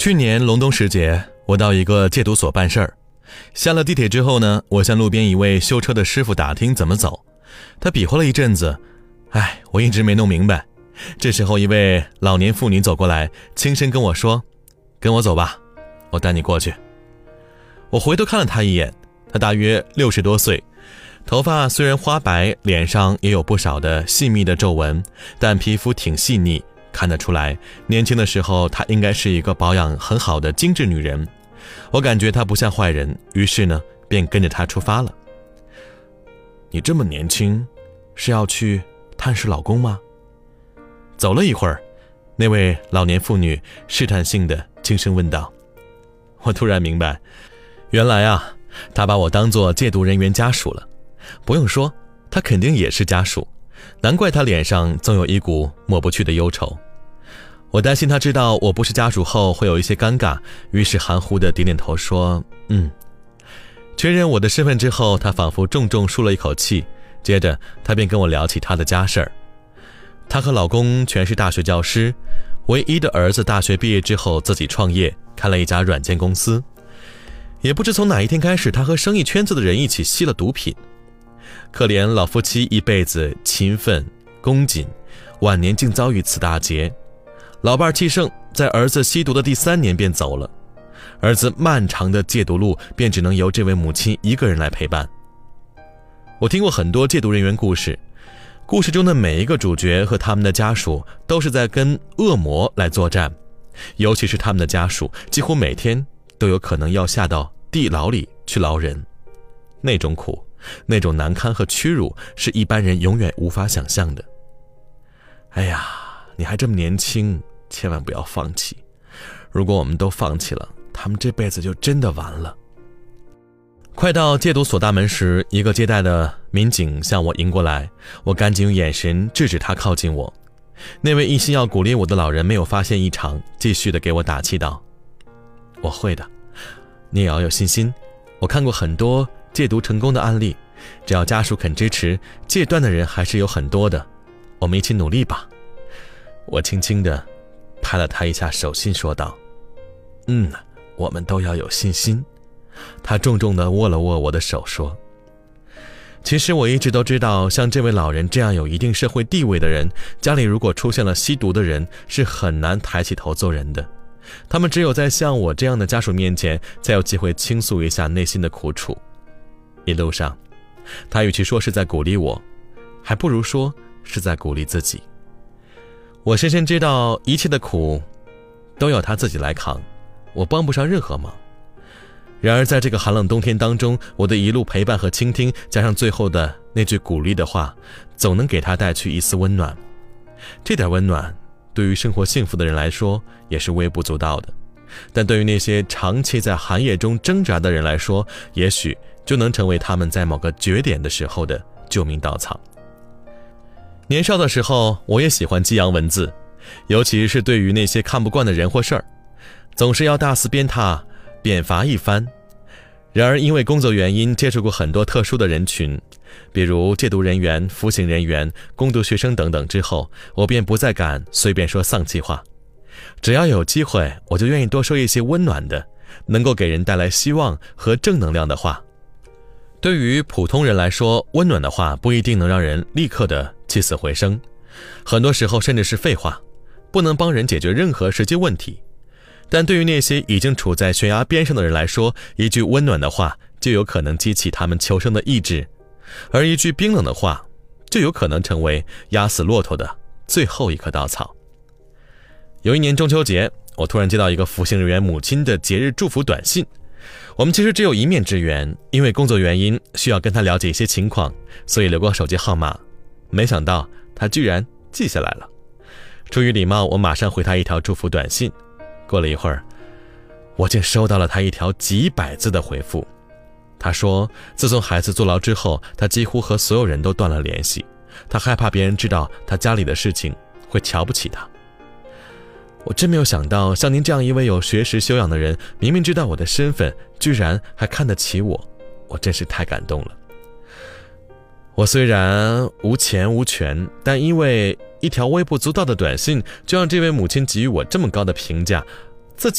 去年隆冬时节，我到一个戒毒所办事儿。下了地铁之后呢，我向路边一位修车的师傅打听怎么走。他比划了一阵子，我一直没弄明白。这时候一位老年妇女走过来，轻声跟我说：“跟我走吧，我带你过去。”我回头看了他一眼，他大约60多岁，头发虽然花白，脸上也有不少的细密的皱纹，但皮肤挺细腻，看得出来年轻的时候她应该是一个保养很好的精致女人。我感觉她不像坏人，于是呢便跟着她出发了。你这么年轻，是要去探视老公吗？走了一会儿，那位老年妇女试探性的轻声问道。我突然明白，原来啊，她把我当作戒毒人员家属了。不用说，她肯定也是家属，难怪她脸上总有一股抹不去的忧愁。我担心她知道我不是家属后会有一些尴尬，于是含糊的点点头说确认我的身份之后，她仿佛重重舒了一口气，接着她便跟我聊起她的家事儿。她和老公全是大学教师，唯一的儿子大学毕业之后自己创业，开了一家软件公司。也不知从哪一天开始，她和生意圈子的人一起吸了毒品。可怜老夫妻一辈子勤奋恭谨，晚年竟遭遇此大劫。老伴气盛，在儿子吸毒的第3年便走了，儿子漫长的戒毒路便只能由这位母亲一个人来陪伴。我听过很多戒毒人员故事，故事中的每一个主角和他们的家属都是在跟恶魔来作战，尤其是他们的家属，几乎每天都有可能要下到地牢里去捞人。那种苦，那种难堪和屈辱，是一般人永远无法想象的。你还这么年轻，千万不要放弃。如果我们都放弃了，他们这辈子就真的完了。快到戒毒所大门时，一个接待的民警向我迎过来，我赶紧用眼神制止他靠近我。那位一心要鼓励我的老人没有发现异常，继续的给我打气道：“我会的，你也要有信心。我看过很多戒毒成功的案例，只要家属肯支持，戒断的人还是有很多的。我们一起努力吧。”我轻轻地拍了他一下手心，说道：“我们都要有信心。”他重重地握了握我的手，说：“其实我一直都知道，像这位老人这样有一定社会地位的人，家里如果出现了吸毒的人，是很难抬起头做人的。他们只有在像我这样的家属面前，才有机会倾诉一下内心的苦楚。”一路上，他与其说是在鼓励我，还不如说是在鼓励自己。我深深知道，一切的苦都要他自己来扛，我帮不上任何忙。然而在这个寒冷冬天当中，我的一路陪伴和倾听，加上最后的那句鼓励的话，总能给他带去一丝温暖。这点温暖对于生活幸福的人来说也是微不足道的，但对于那些长期在寒夜中挣扎的人来说，也许就能成为他们在某个绝点的时候的救命稻草。年少的时候，我也喜欢激扬文字，尤其是对于那些看不惯的人或事儿，总是要大肆鞭挞贬罚一番。然而因为工作原因，接触过很多特殊的人群，比如戒毒人员、服刑人员、工读学生等等之后，我便不再敢随便说丧气话。只要有机会，我就愿意多说一些温暖的，能够给人带来希望和正能量的话。对于普通人来说，温暖的话不一定能让人立刻的起死回生，很多时候甚至是废话，不能帮人解决任何实际问题。但对于那些已经处在悬崖边上的人来说，一句温暖的话就有可能激起他们求生的意志，而一句冰冷的话就有可能成为压死骆驼的最后一棵稻草。有一年中秋节，我突然接到一个服刑人员母亲的节日祝福短信。我们其实只有一面之缘，因为工作原因需要跟他了解一些情况，所以留过手机号码。没想到他居然记下来了。出于礼貌，我马上回他一条祝福短信。过了一会儿，我竟收到了他一条几百字的回复。他说，自从孩子坐牢之后，他几乎和所有人都断了联系，他害怕别人知道他家里的事情会瞧不起他。我真没有想到，像您这样一位有学识修养的人，明明知道我的身份，居然还看得起我，我真是太感动了。我虽然无钱无权，但因为一条微不足道的短信，就让这位母亲给予我这么高的评价，自己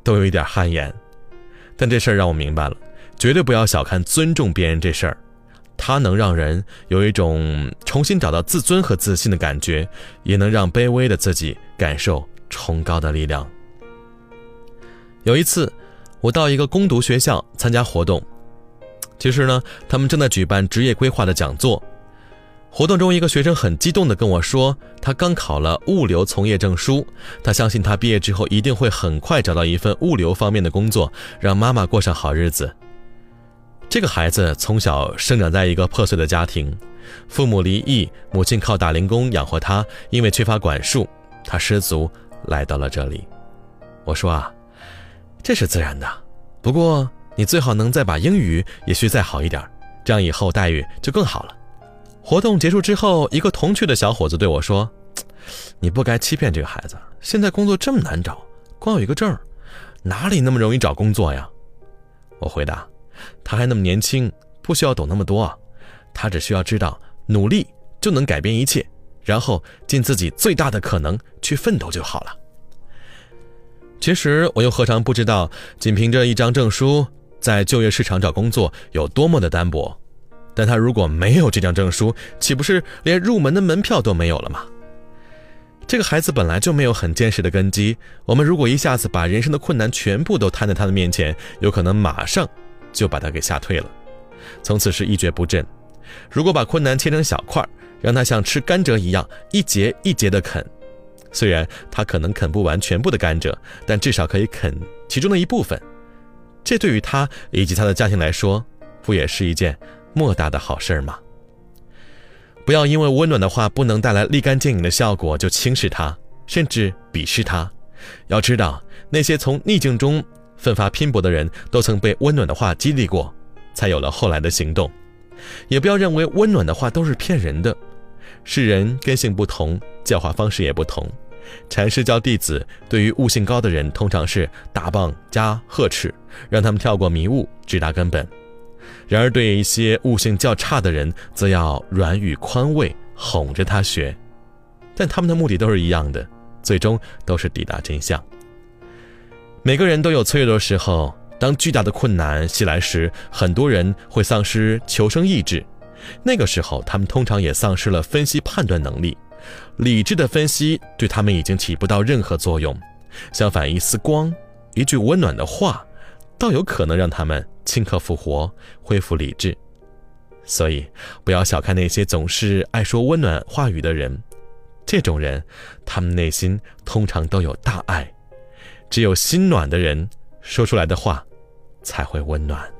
都有一点汗颜。但这事儿让我明白了，绝对不要小看尊重别人这事儿，它能让人有一种重新找到自尊和自信的感觉，也能让卑微的自己感受崇高的力量。有一次我到一个攻读学校参加活动，其实呢他们正在举办职业规划的讲座。活动中一个学生很激动地跟我说，他刚考了物流从业证书，他相信他毕业之后一定会很快找到一份物流方面的工作，让妈妈过上好日子。这个孩子从小生长在一个破碎的家庭，父母离异，母亲靠打零工养活他，因为缺乏管束，他失足来到了这里。我说啊，这是自然的，不过你最好能再把英语也学再好一点，这样以后待遇就更好了。活动结束之后，一个同去的小伙子对我说，你不该欺骗这个孩子，现在工作这么难找，光有一个证哪里那么容易找工作呀？我回答，他还那么年轻，不需要懂那么多啊，他只需要知道努力就能改变一切，然后尽自己最大的可能去奋斗就好了。其实我又何尝不知道，仅凭着一张证书在就业市场找工作有多么的单薄，但他如果没有这张证书，岂不是连入门的门票都没有了吗？这个孩子本来就没有很坚实的根基，我们如果一下子把人生的困难全部都摊在他的面前，有可能马上就把他给吓退了，从此是一蹶不振。如果把困难切成小块，让他像吃甘蔗一样一节一节的啃，虽然他可能啃不完全部的甘蔗，但至少可以啃其中的一部分，这对于他以及他的家庭来说，不也是一件莫大的好事吗？不要因为温暖的话不能带来立竿见影的效果就轻视他，甚至鄙视他。要知道，那些从逆境中奋发拼搏的人都曾被温暖的话激励过，才有了后来的行动。也不要认为温暖的话都是骗人的，世人根性不同，教化方式也不同。禅师教弟子，对于悟性高的人通常是大棒加呵斥，让他们跳过迷雾，直达根本。然而对一些悟性较差的人，则要软语宽慰，哄着他学，但他们的目的都是一样的，最终都是抵达真相。每个人都有脆弱的时候，当巨大的困难袭来时，很多人会丧失求生意志，那个时候他们通常也丧失了分析判断能力，理智的分析对他们已经起不到任何作用，相反，一丝光，一句温暖的话，倒有可能让他们顷刻复活，恢复理智。所以不要小看那些总是爱说温暖话语的人，这种人他们内心通常都有大爱，只有心暖的人说出来的话才会温暖。